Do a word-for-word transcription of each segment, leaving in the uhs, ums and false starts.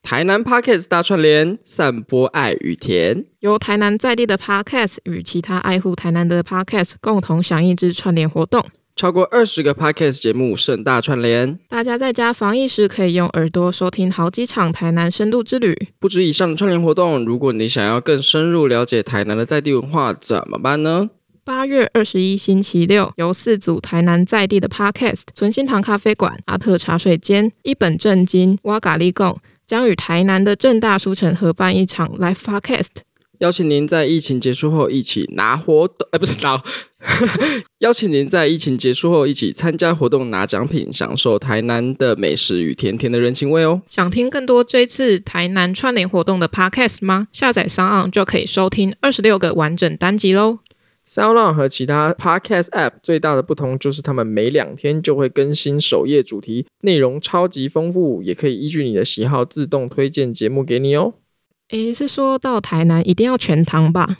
台南 Podcast 大串联，散播爱与甜， 由台南在地的 Podcast 与其他爱护台南的 Podcast 共同响应之串联活动。 超过二十个 Podcast 节目盛大串联， 大家在家防疫时可以用耳朵收听好几场台南深度之旅。 不止以上的串联活动，如果你想要更深入了解台南的在地文化，怎么办呢？ 八月二十一星期六，由四组台南在地的 Podcast 存心堂咖啡馆、阿特茶水间、一本正经、哇咖喱贡将与台南的政大书城合办一场 Live Podcast， 邀请您在疫情结束后一起拿活动，哎，不是拿，邀请您在疫情结束后一起参加活动拿奖品，享受台南的美食与甜甜的人情味哦。 想听更多这次台南串联活动的 Podcast 吗？下载 SoundOn 就可以收听二十六个完整单集咯。 SoundOn 和其他 Podcast App 最大的不同就是他们每两天就会更新首页主题，内容超级丰富，也可以依据你的喜好自动推荐节目给你哦。 诶，是说到台南一定要全糖吧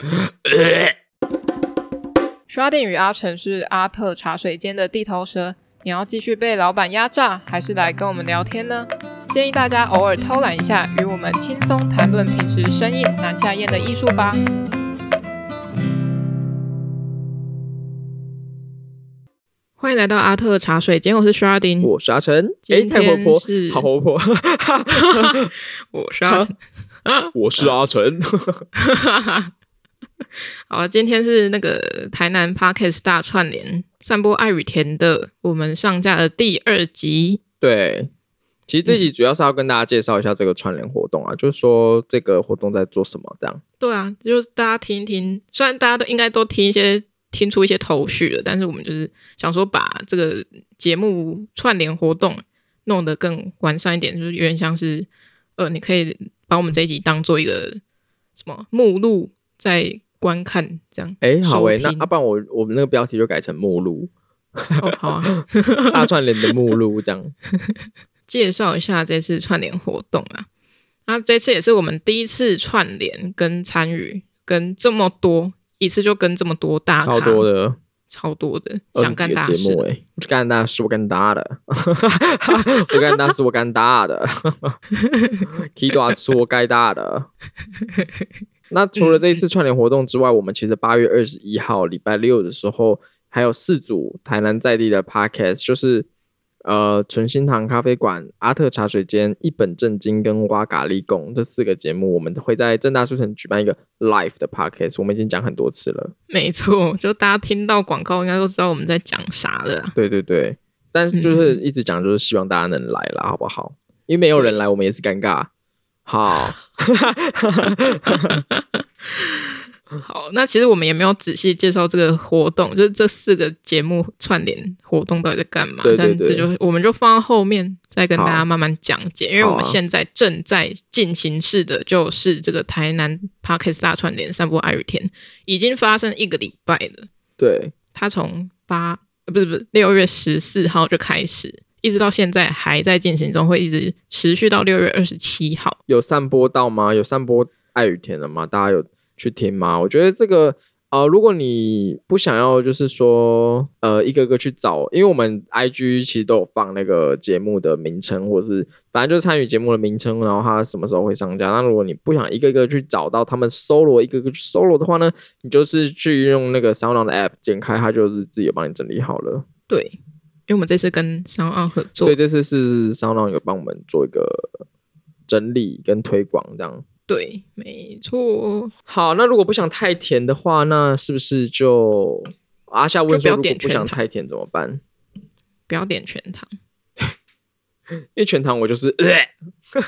？Sharding 与阿成是阿特茶水间的地头蛇，你要继续被老板压榨，还是来跟我们聊天呢？建议大家偶尔偷懒一下，与我们轻松谈论平时生硬难下咽的艺术吧。欢迎来到阿特茶水间，我是 Sharding， 我是阿成。诶，太活泼，好活泼。 我是阿成， 我是阿成。 好，今天是那个台南 Podcast 大串联散播爱与甜的我们上架的第二集。 对，其实这集主要是要跟大家介绍一下这个串联活动啊，嗯、就是说这个活动在做什么这样。 对啊，就是大家听一听，虽然大家都应该都听一些听出一些头绪了，但是我们就是想说把这个节目串联活动弄得更完善一点，就是有点像是呃，你可以把我们这一集当做一个什么目录在观看这样。 哎，好诶，那要、啊、不然我我们那个标题就改成目录。 哦，好啊， 大串联的目录这样。 介绍一下这次串联活动啊，那这次也是我们第一次串联跟参与，跟这么多。一次就跟这么多大咖， 超多的， 超多的，想干大事节目哎、欸，我干大事，我干大的，我干大事，我干大的 ，K 大事我干大的。那除了这一次串联活动之外，我们其实八月二十一号礼拜六的时候，还有四组台南在地的 podcast， 就是呃纯心堂咖啡馆、阿特茶水间、一本正经跟哇咖喱贡这四个节目，我们会在政大书城举办一个 live 的 podcast， 我们已经讲很多次了。 没错，就大家听到广告应该都知道我们在讲啥了。 对对对，但是就是一直讲，就是希望大家能来啦，好不好？因为没有人来，我们也是尴尬。好。 好，那其实我们也没有仔细介绍这个活动，就是这四个节目串联活动到底在干嘛。 对对对， 这就我们就放到后面再跟大家慢慢讲解，因为我们现在正在进行式的就是这个台南 Podcast 大串联散播爱与甜，已经发生一个礼拜了。 对， 它从八不是不是六月十四号就开始，一直到现在还在进行中，会一直持续到六月二十七号。 有散播到吗？有散播爱与甜了吗？大家有去听吗？我觉得这个呃，如果你不想要就是说呃一个个去找，因为我们 I G 其实都有放那个节目的名称，或者是反正就是参与节目的名称，然后它什么时候会上架。那如果你不想一个个去找到他们搜罗，一个个去搜罗的话呢，你就是去用那个 SoundOn 的 App 点开，它就是自己有帮你整理好了。 对，因为我们这次跟 SoundOn 合作， 对，这次是 SoundOn 有帮我们做一个整理跟推广这样。 对，没错。 好，那如果不想太甜的话，那是不是就阿夏问说，如果不想太甜怎么办？ 不要点全糖， 因为全糖我就是，呃、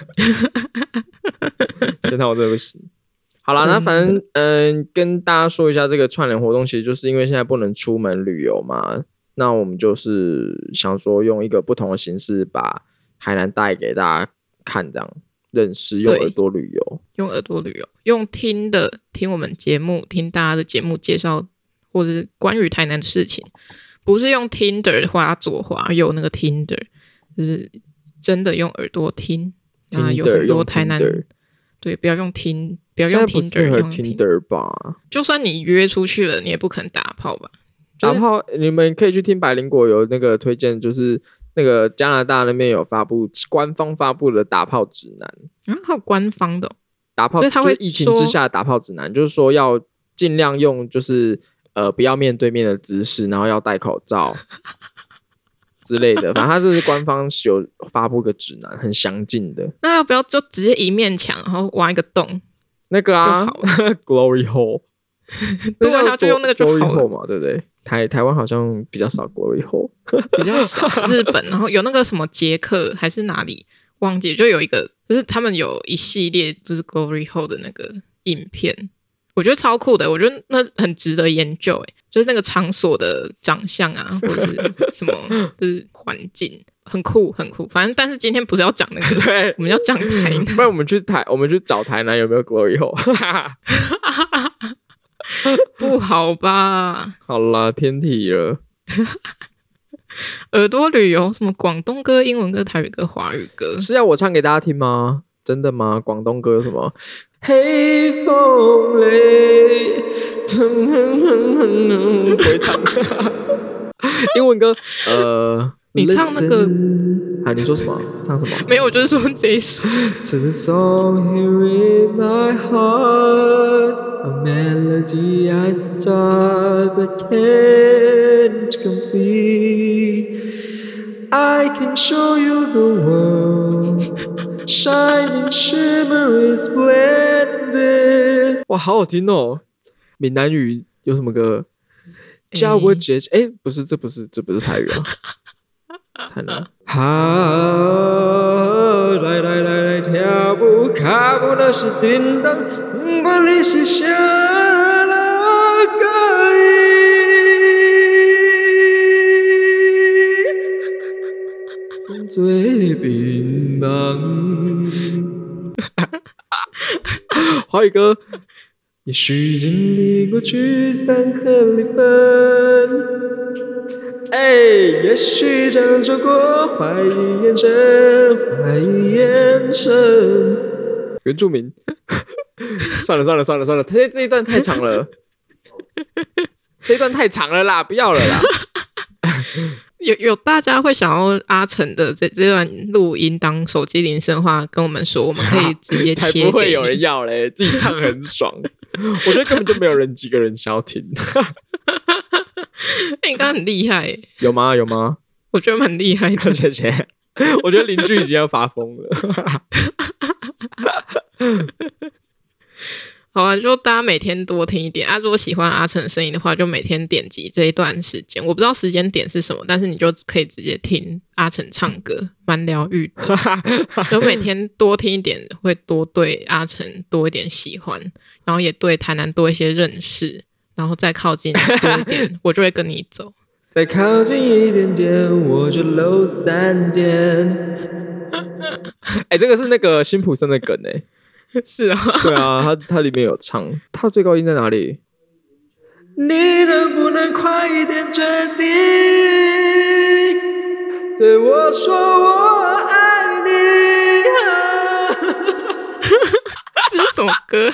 全糖我真的不行。好啦，那反正嗯、呃，跟大家说一下，这个串联活动其实就是因为现在不能出门旅游嘛，那我们就是想说用一个不同的形式把台南带给大家看，这样。认识，用耳朵旅游， 用耳朵旅游，用听的听我们节目，听大家的节目介绍，或者是关于台南的事情，不是用 Tinder 滑左滑右那个 Tinder， 就是真的用耳朵听。啊，有很多台南，对，不要用听，不要用 Tinder， 用 Tinder 吧。 就算你约出去了，你也不可能打炮吧？就是、 打炮，你们可以去听百灵果有那个推荐，就是那个加拿大那边有发布官方发布的打炮指南啊，还有官方的、哦、 打炮， 所以他会就是疫情之下的打炮指南，就是说要尽量用就是呃不要面对面的姿势，然后要戴口罩之类的，反正它是官方有发布个指南，很详尽的。 那要不要就直接一面墙，然后挖一个洞？ 那个啊，Glory Hole， 对啊，就用那个就好了 Glory Hole 嘛，对不对？台台湾好像比较少 Glory Hole， 比较少。日本，然后有那个什么捷克还是哪里忘记，就有一个，就是他们有一系列就是 Glory Hole 的那个影片，我觉得超酷的，我觉得那很值得研究诶，就是那个场所的长相啊，或者是什么，就是环境。很酷很酷，反正但是今天不是要讲那个， 对， 我们要讲台南， 不然我们去台，我们去找台南有没有 Glory Hole？ 不好吧？ 好啦，偏题了。 耳朵旅游，什么广东歌、英文歌、台语歌、华语歌， 是要我唱给大家听吗？真的吗？广东歌有什么？黑风雷，不会唱。英文歌，呃。 你唱那个啊？你说什么？唱什么？ 没有，我就是说这一首。 To the song here in my heart, a melody I start but can't complete. I can show you the world, shining, shimmering, splendid. 哇，好好听哦！闽南语有什么歌？叫我姐姐，哎，不是，这不是，这不是台语啊。才能好，来来来来跳舞，卡布那是叮当，不管你是啥啦个伊，最槟榔。华语歌，也许经历过聚散和离分。哎，也许将走过怀疑眼神，怀疑眼神。原住民，算了算了算了算了，这这一段太长了，这一段太长了啦，不要了啦。 有有大家会想要阿成的这这段录音当手机铃声的话，跟我们说，我们可以直接切给你。 才不会有人要嘞，自己唱很爽。我觉得根本就没有人几个人想要听。 欸、你刚刚很厉害耶， 有吗？有吗？ 我觉得蛮厉害的， 谢谢。我觉得邻居已经要发疯了。 好啊，就大家每天多听一点啊！如果喜欢阿成的声音的话，就每天点击这一段时间。我不知道时间点是什么，但是你就可以直接听阿成唱歌，蛮疗愈的。就每天多听一点，会多对阿成多一点喜欢，然后也对台南多一些认识，然后再靠近多一点，我就会跟你走。 再靠近一点点，我就漏三点。哎、欸，这个是那个辛普森的梗哎、欸。 是啊， 对啊，他他里面有唱，他最高音在哪里？你能不能快一点决定，对我说我爱你、啊、 这是什么歌？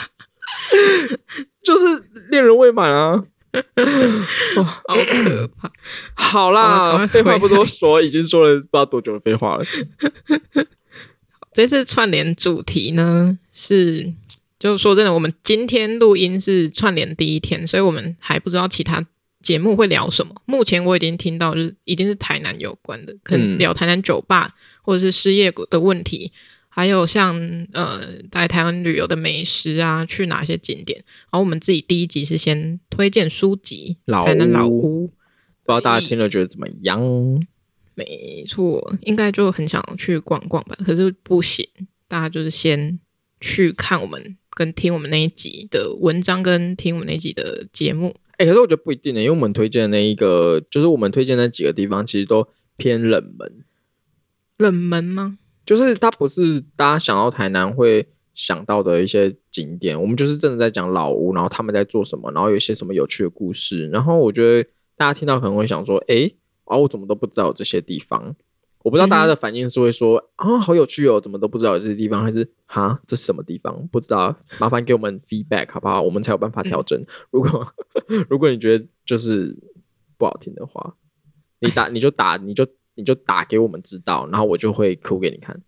就是恋人未满啊。 好可怕。 好啦，废话不多说，已经说了不知道多久的废话了。 这次串联主题呢是，就说真的，我们今天录音是串联第一天，所以我们还不知道其他节目会聊什么。目前我已经听到，就是一定是台南有关的，可能聊台南酒吧、嗯、或者是失业的问题，还有像呃在台湾旅游的美食啊，去哪些景点。然后我们自己第一集是先推荐书籍，台南老屋，不知道大家听了觉得怎么样？ 没错，应该就很想去逛逛吧，可是不行，大家就是先去看我们跟听我们那一集的文章，跟听我们那一集的节目。 哎、欸，可是我觉得不一定呢，因为我们推荐的那一个，就是我们推荐那几个地方，其实都偏冷门。 冷门吗？ 就是它不是大家想到台南会想到的一些景点，我们就是真的在讲老屋，然后他们在做什么，然后有一些什么有趣的故事。然后我觉得大家听到可能会想说，哎、欸。啊，我怎么都不知道有这些地方？我不知道大家的反应是会说、嗯、啊，好有趣哦，怎么都不知道有这些地方，还是哈，这是什么地方？不知道，麻烦给我们 feedback 好不好？我们才有办法调整。嗯、如果如果你觉得就是不好听的话，你打你就打你就你就打给我们知道，然后我就会哭给你看。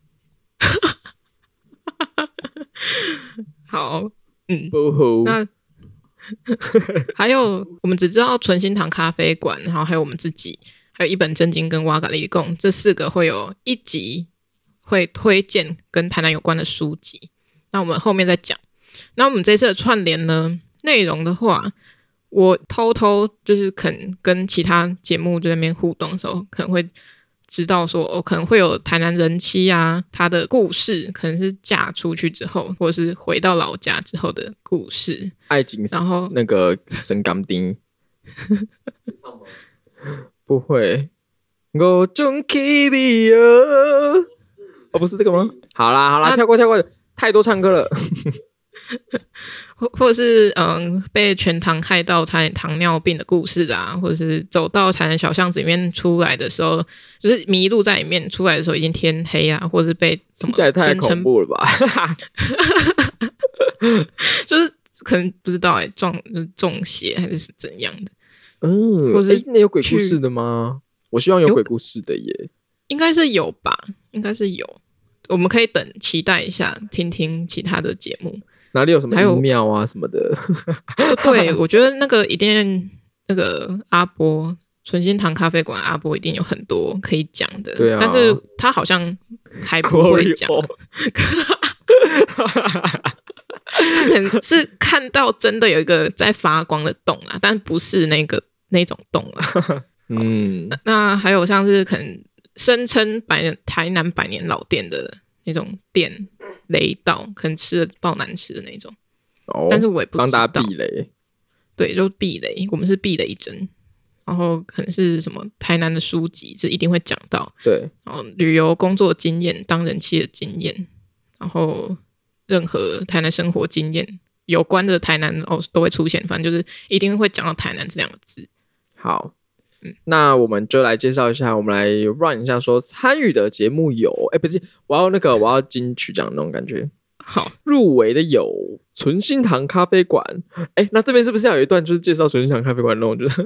好，嗯， 不呼那还有我们只知道纯心堂咖啡馆，然后还有我们自己，还有一本正经跟瓦嘎利贡这四个会有一集会推荐跟台南有关的书籍，那我们后面再讲。那我们这次的串联呢，内容的话，我偷偷就是可能跟其他节目在那边互动的时候，可能会知道说，哦，可能会有台南人妻啊，她的故事，可能是嫁出去之后，或者是回到老家之后的故事。 爱情， 然后那个神甘丁，不会。我种起味哦，哦，不是这个吗？好啦好啦，跳过跳过，太多唱歌了。 或或者是嗯被全糖害到差点糖尿病的故事啊，或者是走到台南小巷子里面出来的时候，就是迷路在里面出来的时候已经天黑啊，或者是被什么这也太恐怖了吧？ 就是可能不知道哎、欸，中中邪还是怎样的？ 嗯， 或是欸、那有鬼故事的吗？我希望有鬼故事的耶。 应该是有吧，应该是有。我们可以等期待一下，听听其他的节目。 哪里有什么音庙啊什么的？ 对，我觉得那个一定那个阿波纯心堂咖啡馆阿波一定有很多可以讲的， 对啊， 但是他好像还不会讲，他可能是看到真的有一个在发光的洞啊，但不是那个那种洞啊。 嗯， 那, 那还有像是可能声称百台南百年老店的那种店。雷道可能吃的爆难吃的那种、哦、但是我也不知道帮大家避雷， 对，就避雷，我们是避雷针。然后可能是什么台南的书籍是一定会讲到， 对， 然后旅游工作经验当人妻的经验，然后任何台南生活经验有关的台南哦都会出现，反正就是一定会讲到台南这两个字。 好，嗯，那我们就来介绍一下，我们来 run 一下说参与的节目有，哎，不是，我要那个我要金曲奖那种感觉。 好， 入围的有纯心堂咖啡馆，哎，那这边是不是要有一段就是介绍纯心堂咖啡馆那种？就是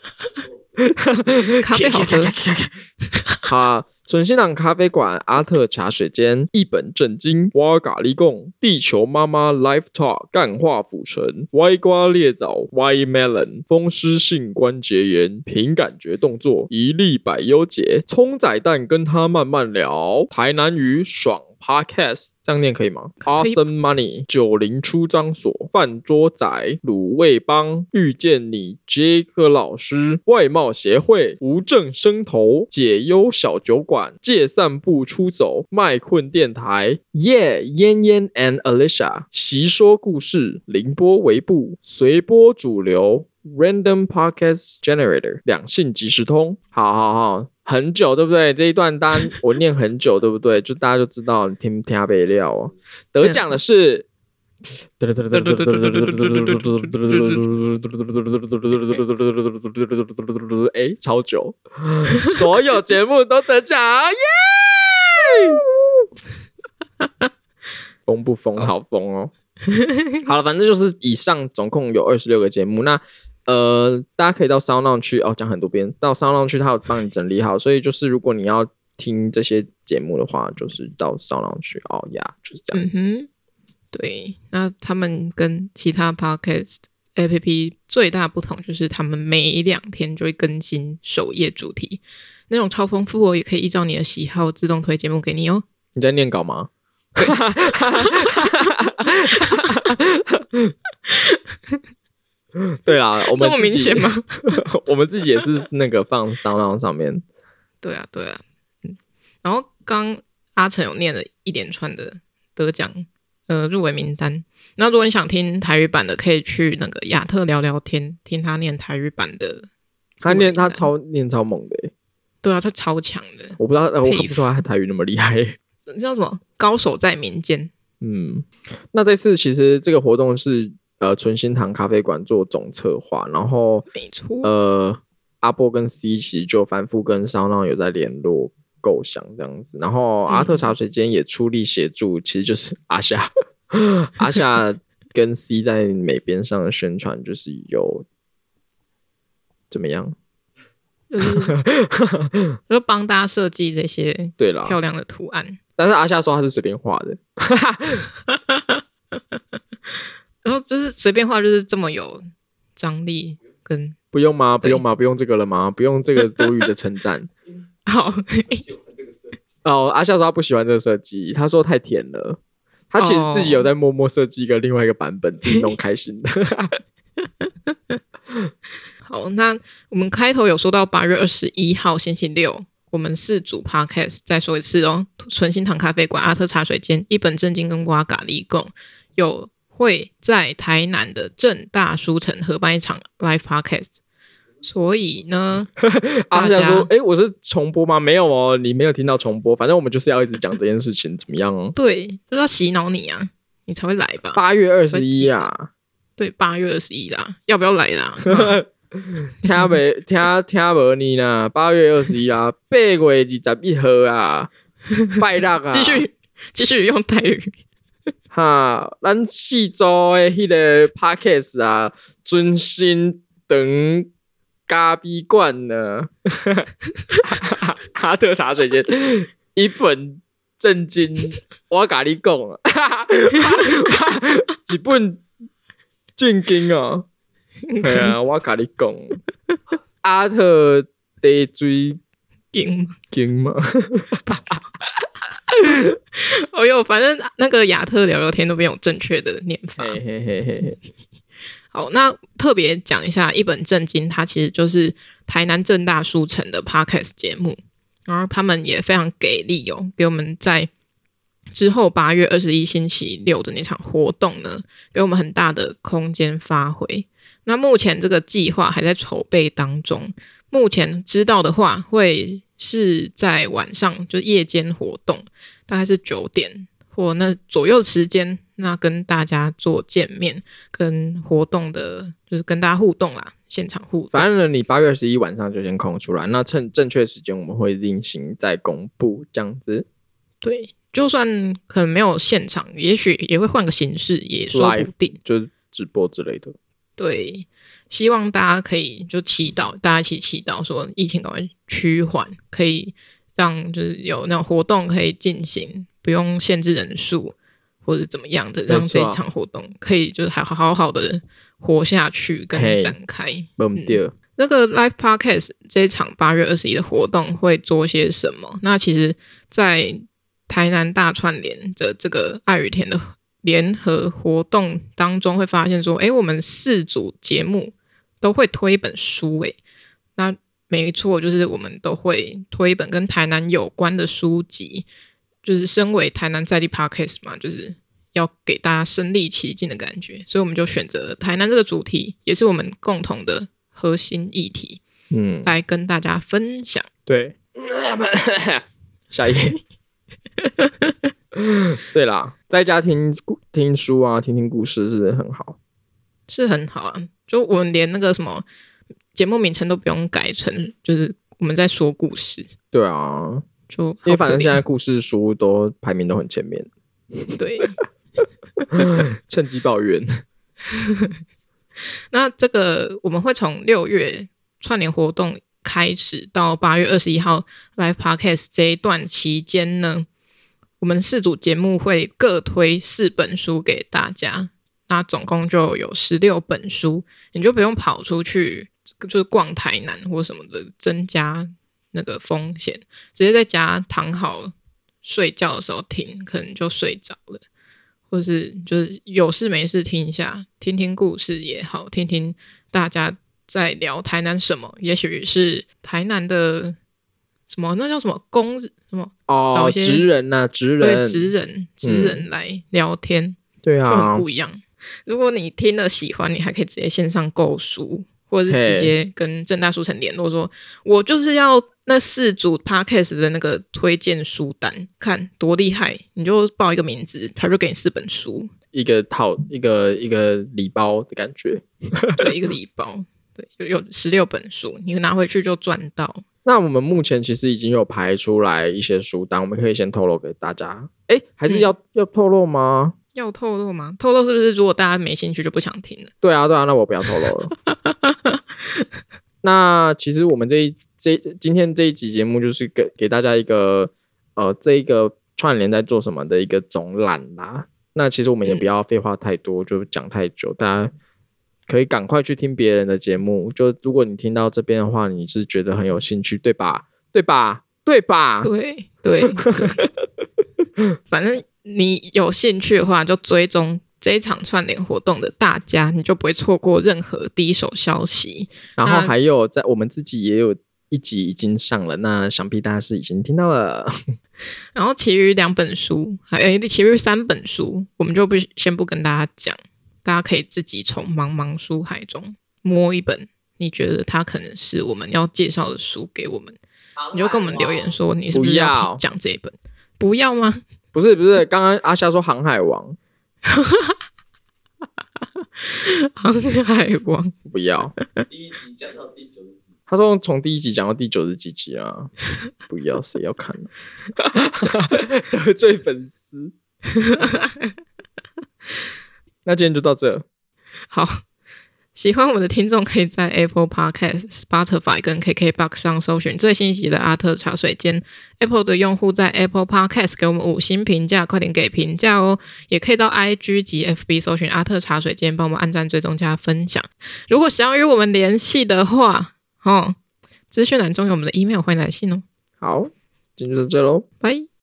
咖啡好喝。 好、啊，纯心堂咖啡馆、阿特茶水间、一本正经、哇咖喱贡、地球妈妈 Live Talk、干话府城、歪瓜裂枣、歪 melon、风湿性关节炎、凭感觉动作、一粒百优解、葱仔蛋跟他慢慢聊、台南语爽。Podcast 这样念可以吗？ Awesome Money 九零出张所饭桌仔卤味帮遇见你杰克老师外贸协会无证生头解忧小酒馆借散步出走麦困电台耶燕燕 and Alicia 习说故事凌波微步随波主流 Random Podcast Generator 两性即时通。好好好，很久对不对？这一段单我念很久对不对？就大家就知道你听听不料哦。得奖的是哎，超久，所有节目都得奖耶！疯不疯？好疯哦！好了，反正就是以上总共有二十六个节目。那呃，大家可以到 SoundOn 去哦，讲很多遍，到 SoundOn 去，他有帮你整理好，所以就是如果你要听这些节目的话，就是到 SoundOn 去哦呀， yeah, 就是这样。 嗯哼，对，那他们跟其他 Podcast A P P 最大不同就是他们每两天就会更新首页主题，那种超丰富哦，也可以依照你的喜好自动推节目给你哦。 你在念稿吗？对啦，我们这么明显吗？ 我们自己也是那个放SoundOn上面。 对啊，对啊，嗯。然后刚阿成有念了一连串的得奖呃入围名单，那如果你想听台语版的，可以去那个亚特聊聊天，听他念台语版的。 他念他超念超猛的耶。 对啊，他超强的。 我不知道，我看不出来他台语那么厉害。 你知道什么？高手在民间。 嗯，那这次其实这个活动是。呃，纯心堂咖啡馆做总策划，然后没错， 呃，阿波跟 C 其实就反复跟SoundOn有在联络构想这样子，然后阿特茶水间也出力协助，嗯、其实就是阿夏，阿夏跟 C 在美编上的宣传就是有怎么样？ 就是就帮大家设计这些对啦漂亮的图案。 但是阿夏说他是随便画的， 然后就是随便画，就是这么有张力跟不用吗？不用吗？不用这个了吗？不用这个多余的称赞。 好哦，阿夏说他不喜欢这个设计，他说太甜了。他其实自己有在默默设计一个另外一个版本，自己弄开心的。 好，那我们开头有说到八月二十一号星期六，我们四组 podcast 再说一次哦，纯心堂咖啡馆、阿特茶水间、一本正经跟哇咖喱贡有会在台南的正大书城合办一场 live podcast。所以呢， 阿夏说：“哎、欸，我是重播吗？没有哦，你没有听到重播。反正我们就是要一直讲这件事情，怎么样哦？ 对，就是要洗脑你啊，你才会来吧。 八月二十一啊， 对，八月二十一啦，要不要来啦？ 听没听听无你啦，八月二十一啦，八月二十一号啊，拜六啊， 继续继续用台语。 哈，咱四组的迄个 podcast 啊，专心等。”咖啡馆呢？哈特茶水间，一本正经，我跟你讲啊，一本正经哦。对啊，我跟你讲，阿特得追经经吗？ 哦哟，反正那个亚特聊聊天都没有正确的念法。 嘿嘿嘿嘿嘿。 好，那特别讲一下一本正经，它其实就是台南政大书城的 podcast 节目，然后他们也非常给力哦，给我们在之后八月二十一星期六的那场活动呢，给我们很大的空间发挥。那目前这个计划还在筹备当中，目前知道的话会是在晚上，就夜间活动，大概是九点或那左右时间。那跟大家做见面跟活动的就是跟大家互动啦，现场互动。 反正呢你八月二十一晚上就先空出来，那趁正确时间我们会另行再公布这样子。 对，就算可能没有现场，也许也会换个形式，也说不定， 就是直播之类的。 对，希望大家可以就祈祷，大家一起祈祷说疫情赶快趋缓，可以让就是有那种活动可以进行，不用限制人数或者怎么样的，让这一场活动可以就是好好好的活下去跟展开。 嗯，对。 那个 live podcast 这一场八月二十一的活动会做些什么？那其实在台南大串联的这个爱与甜的联合活动当中会发现说，诶，我们四组节目都会推一本书。诶，那没错，就是我们都会推一本跟台南有关的书籍，就是身为台南在地 podcast 嘛，就是要给大家身临其境的感觉，所以我们就选择了台南这个主题，也是我们共同的核心议题，嗯，来跟大家分享。 对，下一页。对啦，在家听听书啊，听听故事是很好， 是很好啊。就我们连那个什么节目名称都不用改成，就是我们在说故事。 对啊， 就因为反正现在故事书都排名都很前面。 对， 趁机抱怨。 那这个我们会从六月串联活动开始到八月二十一号 Live Podcast 这一段期间呢，我们四组节目会各推四本书给大家，那总共就有十六本书，你就不用跑出去就是逛台南或什么的，增加那个风险，直接在家躺好睡觉的时候听，可能就睡着了。或是就是有事没事听一下，听听故事也好，听听大家在聊台南什么，也许是台南的什么那叫什么公什么哦，找一些职人呐、啊，职人， 对，职人，职人来聊天，嗯、 对啊， 就很不一样。如果你听了喜欢，你还可以直接线上购书，或者是直接跟政大书城联络说，我就是要那四组 podcast 的那个推荐书单，看多厉害，你就报一个名字，他就给你四本书， 一个套一个一个礼包的感觉， 对，一个礼包，对，有十六本书，你拿回去就赚到。 那我们目前其实已经有排出来一些书单，我们可以先透露给大家。哎，还是要、嗯、要透露吗？ 要透露吗？透露是不是如果大家没兴趣就不想听了？ 对啊，对啊，那我不要透露了。那其实我们这一这今天这一集节目就是给给大家一个呃这一个串联在做什么的一个总览啦。那其实我们也不要废话太多，嗯、就讲太久，大家可以赶快去听别人的节目。就如果你听到这边的话，你是觉得很有兴趣，对吧？对吧？对吧？ 对对对，反正你有兴趣的话，就追踪这一场串联活动的大家，你就不会错过任何第一手消息。 然后还有在我们自己也有一集已经上了，那想必大家是已经听到了。 然后其余两本书，还有其余三本书，我们就不先不跟大家讲，大家可以自己从茫茫书海中摸一本你觉得它可能是我们要介绍的书给我们，你就跟我们留言说你是不是要讲这一本？不要吗？ 不是不是，刚刚阿夏说《航海王》， 航海王不要。 第一集讲到第九十集， 他说从第一集讲到第九十几集啊，不要，谁要看呢？得罪粉丝。那今天就到这。 好，喜欢我们的听众可以在 Apple Podcast、Spotify 跟 K K B O X 上搜寻最新一集的阿特茶水间。Apple 的用户在 Apple Podcast 给我们五星评价，快点给评价哦！也可以到 I G 及 F B 搜寻阿特茶水间，帮我们按赞、追踪、加分享。如果想要与我们联系的话，哦，资讯栏中有我们的 email， 欢迎来信哦。 好，今天就到这喽， 拜。